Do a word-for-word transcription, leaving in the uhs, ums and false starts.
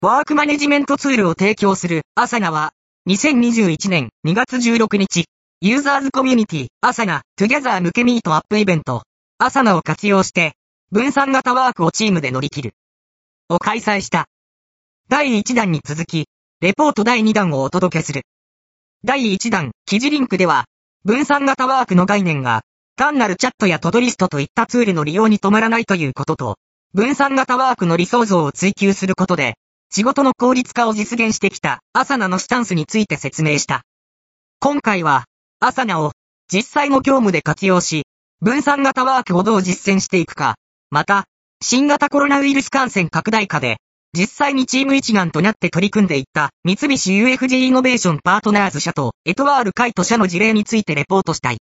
ワークマネジメントツールを提供するアサナは、にせんにじゅういちねんにがつじゅうろくにち、ユーザーズコミュニティ、アサナ、トゥギャザー向けミートアップイベント、アサナを活用して、分散型ワークをチームで乗り切る。を開催した。だいいちだんに続き、レポートだいにだんをお届けする。だいいちだん、記事リンクでは、分散型ワークの概念が、単なるチャットやトドリストといったツールの利用に止まらないということと、分散型ワークの理想像を追求することで、仕事の効率化を実現してきたアサナのスタンスについて説明した。今回は、アサナを実際の業務で活用し、分散型ワークをどう実践していくか、また、新型コロナウイルス感染拡大下で、実際にチーム一丸となって取り組んでいった三菱 ユーエフジー イノベーションパートナーズ社とエトワールカイト社の事例についてレポートしたい。